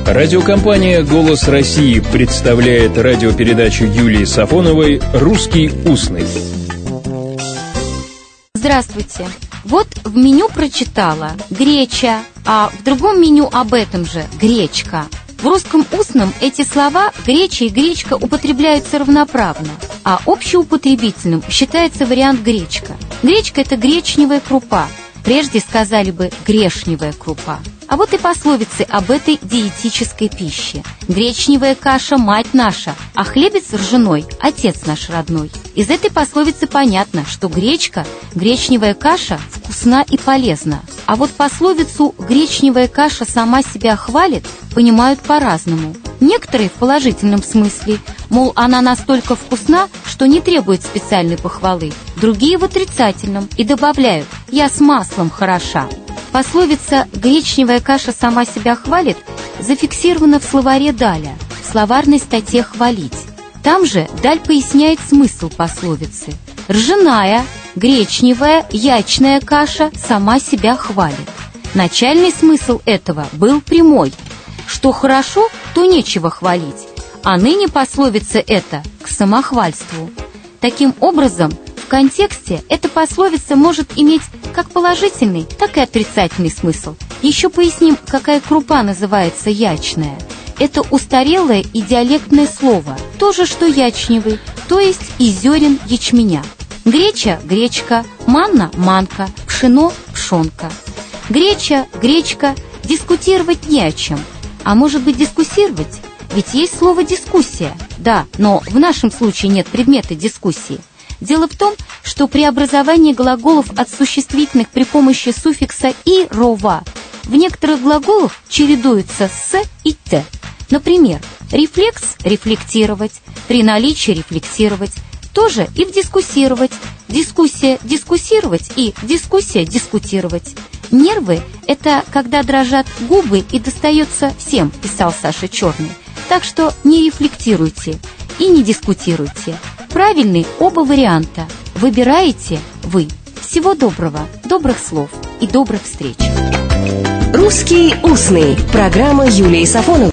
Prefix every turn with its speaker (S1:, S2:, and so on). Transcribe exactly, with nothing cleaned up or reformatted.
S1: Радиокомпания «Голос России» представляет радиопередачу Юлии Сафоновой «Русский устный».
S2: Здравствуйте. Вот в меню прочитала «греча», а в другом меню об этом же «гречка». В русском устном эти слова «греча» и «гречка» употребляются равноправно, а общеупотребительным считается вариант «гречка». Гречка – это гречневая крупа, прежде сказали бы «грешневая крупа». А вот и пословицы об этой диетической пище. Гречневая каша – мать наша, а хлебец ржаной – отец наш родной. Из этой пословицы понятно, что гречка, гречневая каша вкусна и полезна. А вот пословицу «гречневая каша сама себя хвалит» понимают по-разному. Некоторые в положительном смысле, мол, она настолько вкусна, что не требует специальной похвалы. Другие в отрицательном и добавляют «я с маслом хороша». Пословица «гречневая каша сама себя хвалит» зафиксирована в словаре Даля, в словарной статье «Хвалить». Там же Даль поясняет смысл пословицы. Ржаная, гречневая, ячная каша сама себя хвалит. Начальный смысл этого был прямой. Что хорошо, то нечего хвалить. А ныне пословица эта к самохвальству. Таким образом, в контексте эта пословица может иметь как положительный, так и отрицательный смысл. Еще поясним, какая крупа называется ячная. Это устарелое и диалектное слово, то же, что ячневый, то есть из зерен ячменя. Греча – гречка, манна – манка, пшено – пшонка. Греча, гречка, дискутировать не о чем. А может быть, дискуссировать? Ведь есть слово «дискуссия». Да, но в нашем случае нет предмета дискуссии. Дело в том, что при образовании глаголов от существительных при помощи суффикса «и», «рова» в некоторых глаголах чередуются «с» и «т». Например, рефлекс – рефлектировать, при наличии рефлексировать, тоже и в дискуссировать, дискуссия – дискуссировать и дискуссия – дискутировать. Нервы – это когда дрожат губы и достается всем, писал Саша Черный. Так что не рефлектируйте и не дискутируйте. Правильны оба варианта. Выбираете вы. Всего доброго, добрых слов и добрых встреч.
S3: «Русский устный». Программа Юлии Сафоновой.